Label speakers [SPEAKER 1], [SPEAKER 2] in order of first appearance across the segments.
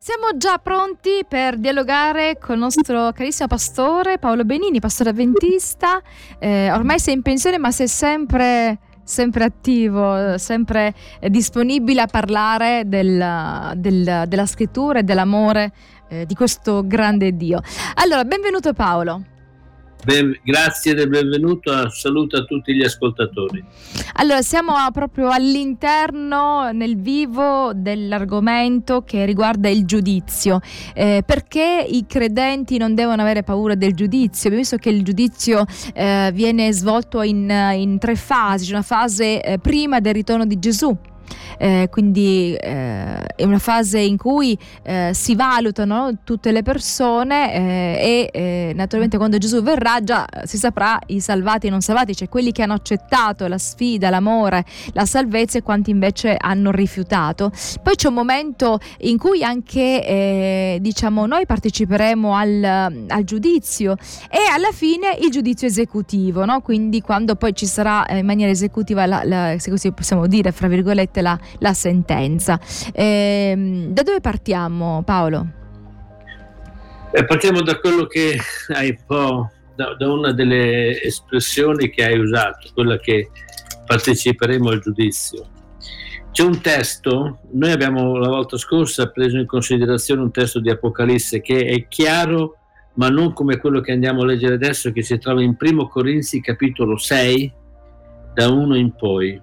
[SPEAKER 1] Siamo già pronti per dialogare con il nostro carissimo pastore Paolo Benini, pastore avventista. Ormai sei in pensione, ma sei sempre attivo, sempre disponibile a parlare della scrittura e dell'amore di questo grande Dio. Allora, benvenuto Paolo.
[SPEAKER 2] Grazie del benvenuto, saluto a tutti gli ascoltatori.
[SPEAKER 1] Allora, siamo proprio all'interno, nel vivo dell'argomento che riguarda il giudizio. Perché i credenti non devono avere paura del giudizio? Abbiamo visto che il giudizio viene svolto in tre fasi. C'è una fase prima del ritorno di Gesù. Quindi è una fase in cui si valutano tutte le persone e naturalmente quando Gesù verrà già si saprà i salvati e i non salvati, cioè quelli che hanno accettato la sfida, l'amore, la salvezza e quanti invece hanno rifiutato. Poi c'è un momento in cui anche noi parteciperemo al giudizio e alla fine il giudizio esecutivo, no? Quindi quando poi ci sarà in maniera esecutiva se così possiamo dire, fra virgolette, la sentenza. Da dove partiamo, Paolo?
[SPEAKER 2] Partiamo da quello che hai da una delle espressioni che hai usato, quella che parteciperemo al giudizio. C'è un testo, noi abbiamo la volta scorsa preso in considerazione un testo di Apocalisse che è chiaro, ma non come quello che andiamo a leggere adesso, che si trova in 1 Corinzi capitolo 6 da 1 in poi.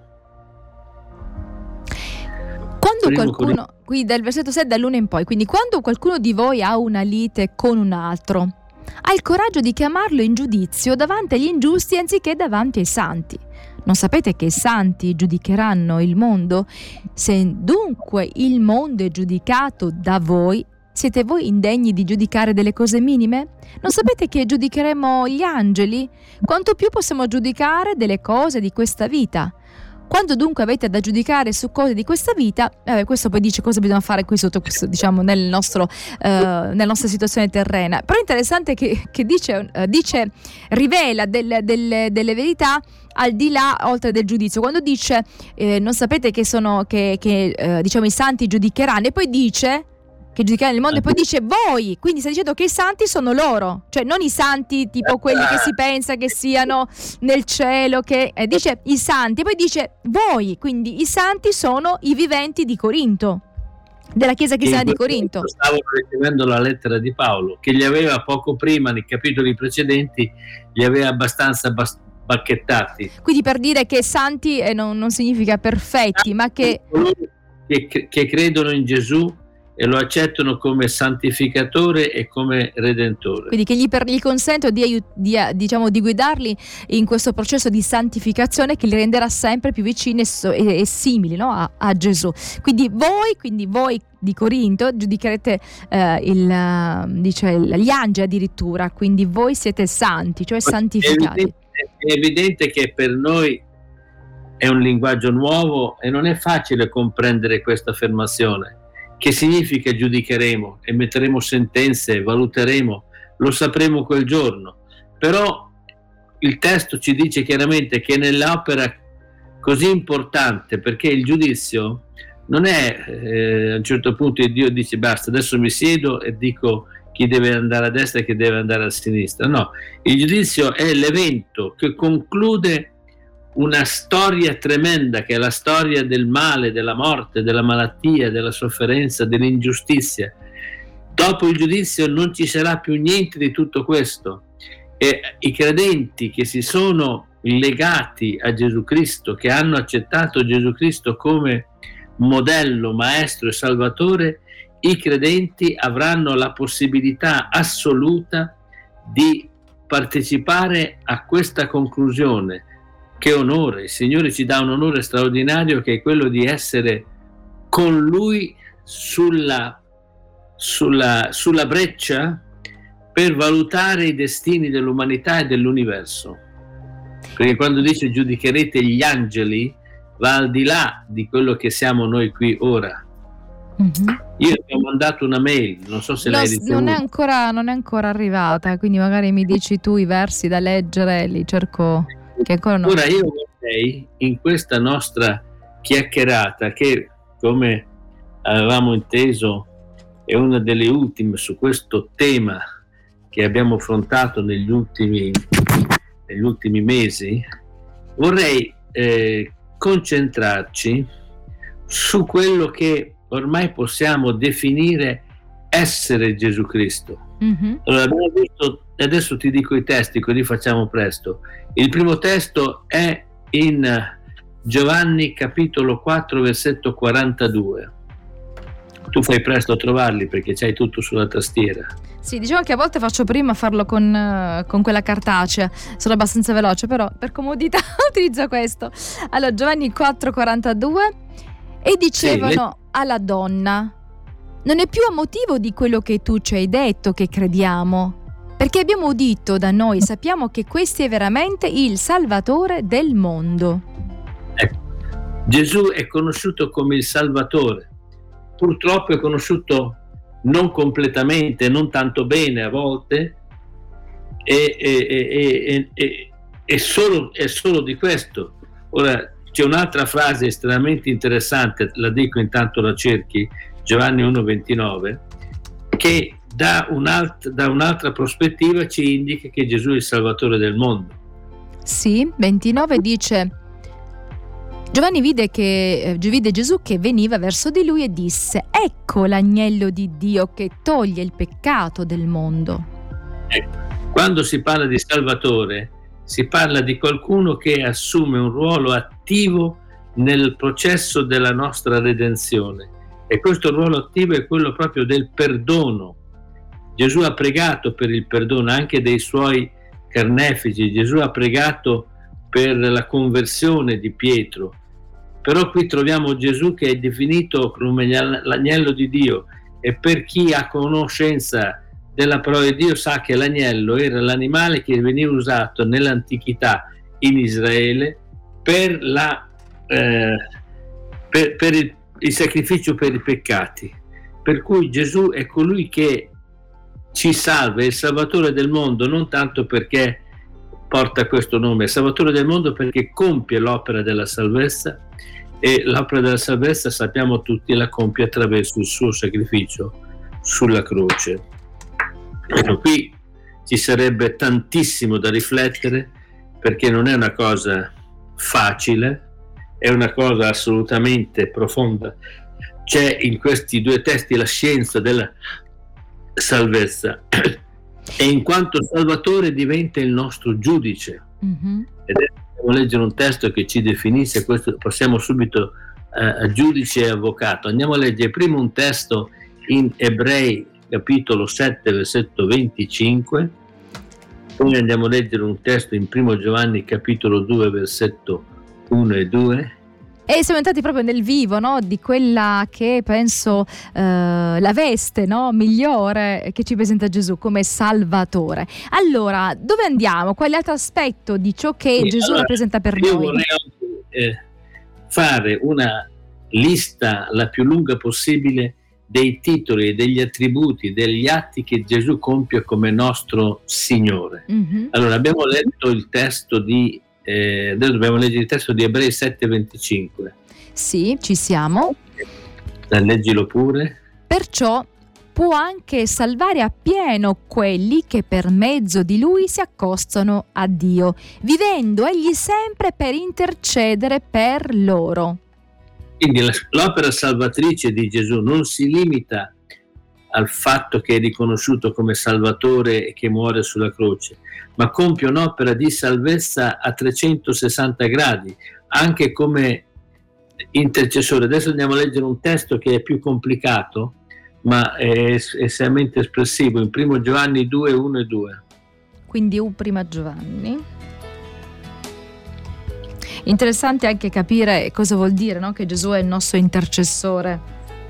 [SPEAKER 1] Quando qualcuno, qui dal versetto 6 dall'1 in poi, quindi quando qualcuno di voi ha una lite con un altro, ha il coraggio di chiamarlo in giudizio davanti agli ingiusti anziché davanti ai santi. Non sapete che i santi giudicheranno il mondo? Se dunque il mondo è giudicato da voi, siete voi indegni di giudicare delle cose minime? Non sapete che giudicheremo gli angeli? Quanto più possiamo giudicare delle cose di questa vita? Quando dunque avete da giudicare su cose di questa vita, questo poi dice cosa bisogna fare qui sotto questo, diciamo, nella nostra situazione terrena. Però è interessante che dice rivela delle verità al di là, oltre del giudizio. Quando dice non sapete che i santi giudicheranno, e poi dice che giudicheranno il mondo, e poi dice voi, quindi sta dicendo che i santi sono loro, cioè non i santi tipo quelli che si pensa che siano nel cielo, che dice i santi, e poi dice voi, quindi i santi sono i viventi di Corinto, della chiesa cristiana di Corinto.
[SPEAKER 2] Stavo ricevendo la lettera di Paolo, che gli aveva poco prima, nei capitoli precedenti, li aveva abbastanza bacchettati.
[SPEAKER 1] Quindi per dire che santi non significa perfetti, ma che
[SPEAKER 2] credono in Gesù e lo accettano come santificatore e come redentore.
[SPEAKER 1] Quindi che gli consento di guidarli in questo processo di santificazione che li renderà sempre più vicini e simili, no? a Gesù. Quindi voi di Corinto giudicherete gli angeli addirittura, quindi voi siete santi, cioè santificati.
[SPEAKER 2] È evidente che per noi è un linguaggio nuovo e non è facile comprendere questa affermazione. Che significa giudicheremo, emetteremo sentenze, valuteremo, lo sapremo quel giorno. Però il testo ci dice chiaramente che nell'opera così importante, perché il giudizio non è a un certo punto Dio dice basta, adesso mi siedo e dico chi deve andare a destra e chi deve andare a sinistra. No, il giudizio è l'evento che conclude una storia tremenda, che è la storia del male, della morte, della malattia, della sofferenza, dell'ingiustizia. Dopo il giudizio non ci sarà più niente di tutto questo, e i credenti che si sono legati a Gesù Cristo, che hanno accettato Gesù Cristo come modello, maestro e salvatore, i credenti avranno la possibilità assoluta di partecipare a questa conclusione. Che onore, il Signore ci dà un onore straordinario, che è quello di essere con Lui sulla breccia per valutare i destini dell'umanità e dell'universo. Perché quando dice giudicherete gli angeli, va al di là di quello che siamo noi qui ora. Mm-hmm. Io ti ho mandato una mail, non so se l'hai ricevuta.
[SPEAKER 1] Non è ancora arrivata, quindi magari mi dici tu i versi da leggere, li cerco. Che ancora non...
[SPEAKER 2] Ora io vorrei, in questa nostra chiacchierata, che come avevamo inteso è una delle ultime su questo tema che abbiamo affrontato negli ultimi mesi, vorrei concentrarci su quello che ormai possiamo definire essere Gesù Cristo. Allora, abbiamo visto, adesso ti dico i testi, così facciamo presto. Il primo testo è in Giovanni capitolo 4 versetto 42. Tu fai presto a trovarli perché c'hai tutto sulla tastiera.
[SPEAKER 1] Sì, diciamo che a volte faccio prima a farlo con quella cartacea, sono abbastanza veloce, però per comodità utilizzo questo. Allora, Giovanni 4,42, e dicevano alla donna: non è più a motivo di quello che tu ci hai detto che crediamo, perché abbiamo udito da noi, sappiamo che questo è veramente il Salvatore del mondo.
[SPEAKER 2] Ecco, Gesù è conosciuto come il Salvatore, purtroppo è conosciuto non completamente, non tanto bene a volte, è solo di questo. Ora c'è un'altra frase estremamente interessante, la dico intanto la cerchi, Giovanni 1,29, che da un'altra prospettiva ci indica che Gesù è il Salvatore del mondo.
[SPEAKER 1] Sì, 29 dice: Giovanni vide Gesù che veniva verso di lui e disse: ecco l'agnello di Dio che toglie il peccato del mondo.
[SPEAKER 2] Quando si parla di Salvatore, si parla di qualcuno che assume un ruolo attivo nel processo della nostra redenzione, e questo ruolo attivo è quello proprio del perdono. Gesù ha pregato per il perdono anche dei suoi carnefici, Gesù ha pregato per la conversione di Pietro, però qui troviamo Gesù che è definito come l'agnello di Dio, e per chi ha conoscenza della parola di Dio sa che l'agnello era l'animale che veniva usato nell'antichità in Israele per il sacrificio per i peccati, per cui Gesù è colui che ci salva, è il Salvatore del mondo, non tanto perché porta questo nome, è Salvatore del mondo perché compie l'opera della salvezza, e l'opera della salvezza sappiamo tutti la compie attraverso il suo sacrificio sulla croce. Ecco, qui ci sarebbe tantissimo da riflettere, perché non è una cosa facile, è una cosa assolutamente profonda. C'è in questi due testi la scienza della salvezza, e in quanto Salvatore diventa il nostro giudice. Ed dobbiamo leggere un testo che ci definisce questo, passiamo subito a giudice e avvocato. Andiamo a leggere prima un testo in Ebrei capitolo 7 versetto 25, poi andiamo a leggere un testo in primo Giovanni capitolo 2 versetto 1 e 2.
[SPEAKER 1] E siamo entrati proprio nel vivo, no? Di quella che penso la veste, no? Migliore che ci presenta Gesù come Salvatore. Allora, dove andiamo? Quale altro aspetto di ciò che Gesù rappresenta per noi?
[SPEAKER 2] Io vorrei fare una lista la più lunga possibile dei titoli e degli attributi, degli atti che Gesù compie come nostro Signore. Allora, abbiamo letto il testo di adesso dobbiamo leggere il testo di Ebrei 7,25.
[SPEAKER 1] Sì, ci siamo.
[SPEAKER 2] Leggilo pure.
[SPEAKER 1] Perciò può anche salvare appieno quelli che per mezzo di lui si accostano a Dio, vivendo egli sempre per intercedere per loro.
[SPEAKER 2] Quindi l'opera salvatrice di Gesù non si limita al fatto che è riconosciuto come Salvatore e che muore sulla croce, ma compie un'opera di salvezza a 360 gradi, anche come intercessore. Adesso andiamo a leggere un testo che è più complicato, ma è estremamente espressivo, in primo Giovanni 2, 1 e 2.
[SPEAKER 1] Quindi prima Giovanni. Interessante anche capire cosa vuol dire, no? Che Gesù è il nostro intercessore.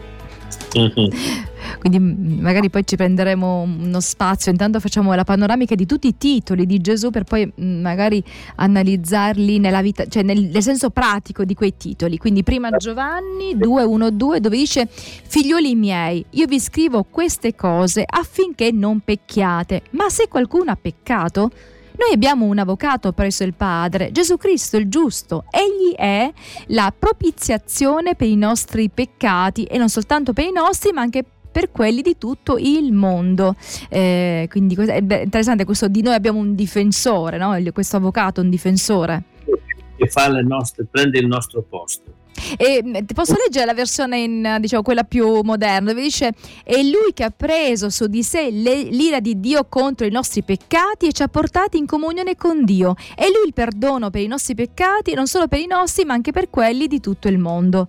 [SPEAKER 1] Quindi magari poi ci prenderemo uno spazio, intanto facciamo la panoramica di tutti i titoli di Gesù per poi magari analizzarli nella vita, cioè nel senso pratico di quei titoli. Quindi prima Giovanni 2:1-2, dove dice: figlioli miei, io vi scrivo queste cose affinché non pecchiate, ma se qualcuno ha peccato, noi abbiamo un avvocato presso il Padre, Gesù Cristo il giusto. Egli è la propiziazione per i nostri peccati, e non soltanto per i nostri, ma anche per quelli di tutto il mondo. Quindi è interessante questo di noi abbiamo un difensore, no? Questo avvocato, un difensore.
[SPEAKER 2] Che prende il nostro posto.
[SPEAKER 1] E posso leggere la versione diciamo quella più moderna, dove dice: è lui che ha preso su di sé l'ira di Dio contro i nostri peccati e ci ha portati in comunione con Dio. È lui il perdono per i nostri peccati, non solo per i nostri ma anche per quelli di tutto il mondo.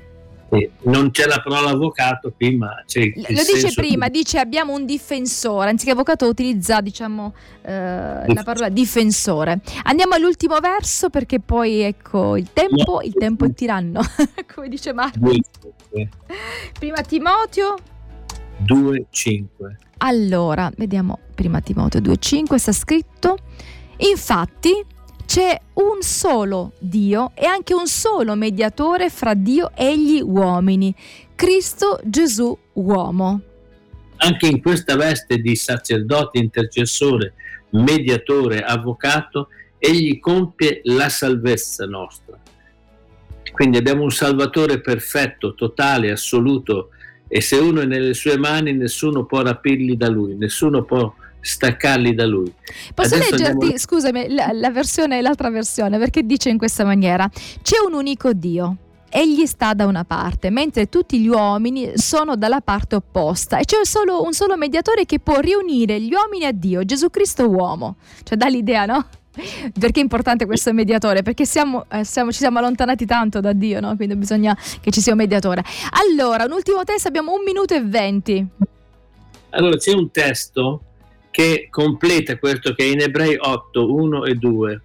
[SPEAKER 2] Non c'è la parola avvocato qui, ma c'è il
[SPEAKER 1] lo dice prima, dice abbiamo un difensore, anziché avvocato utilizza la parola difensore. Andiamo all'ultimo verso, perché poi ecco il tempo è tiranno, come dice Marco. Prima Timoteo
[SPEAKER 2] 2,5.
[SPEAKER 1] Allora, vediamo, prima Timoteo 2,5 sta scritto: infatti c'è un solo Dio e anche un solo mediatore fra Dio e gli uomini, Cristo Gesù uomo.
[SPEAKER 2] Anche in questa veste di sacerdote, intercessore, mediatore, avvocato, egli compie la salvezza nostra. Quindi abbiamo un Salvatore perfetto, totale, assoluto, e se uno è nelle sue mani nessuno può rapirli da lui, nessuno può staccarli da lui.
[SPEAKER 1] Posso leggerti, scusami, l'altra versione, perché dice in questa maniera: c'è un unico Dio, egli sta da una parte, mentre tutti gli uomini sono dalla parte opposta, e c'è un solo mediatore che può riunire gli uomini a Dio, Gesù Cristo uomo. Cioè dà l'idea, no? Perché è importante questo mediatore? Perché ci siamo allontanati tanto da Dio, no? Quindi bisogna che ci sia un mediatore. Allora, un ultimo testo, abbiamo 1 minuto e 20.
[SPEAKER 2] Allora, c'è un testo che completa questo, che è in Ebrei 8, 1 e 2.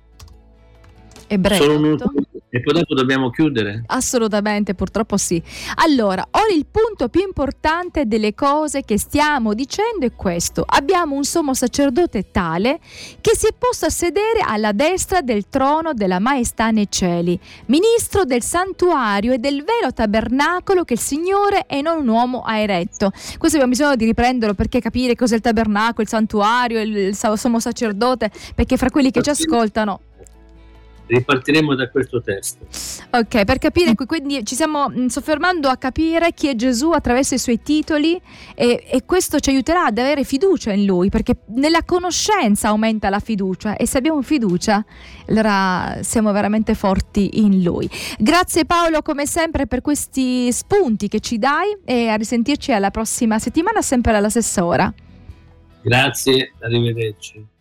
[SPEAKER 1] Ebrei 8.
[SPEAKER 2] E poi dopo dobbiamo chiudere.
[SPEAKER 1] Assolutamente, purtroppo sì. Allora, ora il punto più importante delle cose che stiamo dicendo è questo: abbiamo un sommo sacerdote tale che si è posto a sedere alla destra del trono della maestà nei cieli, ministro del santuario e del vero tabernacolo che il Signore e non un uomo ha eretto. Questo abbiamo bisogno di riprenderlo, perché capire cos'è il tabernacolo, il santuario, il sommo sacerdote, perché fra quelli che ci ascoltano
[SPEAKER 2] ripartiremo da questo testo.
[SPEAKER 1] Ok, per capire, quindi ci stiamo soffermando a capire chi è Gesù attraverso i suoi titoli, e questo ci aiuterà ad avere fiducia in Lui, perché nella conoscenza aumenta la fiducia, e se abbiamo fiducia allora siamo veramente forti in Lui. Grazie Paolo, come sempre, per questi spunti che ci dai, e a risentirci alla prossima settimana, sempre alla stessa ora.
[SPEAKER 2] Grazie, arrivederci.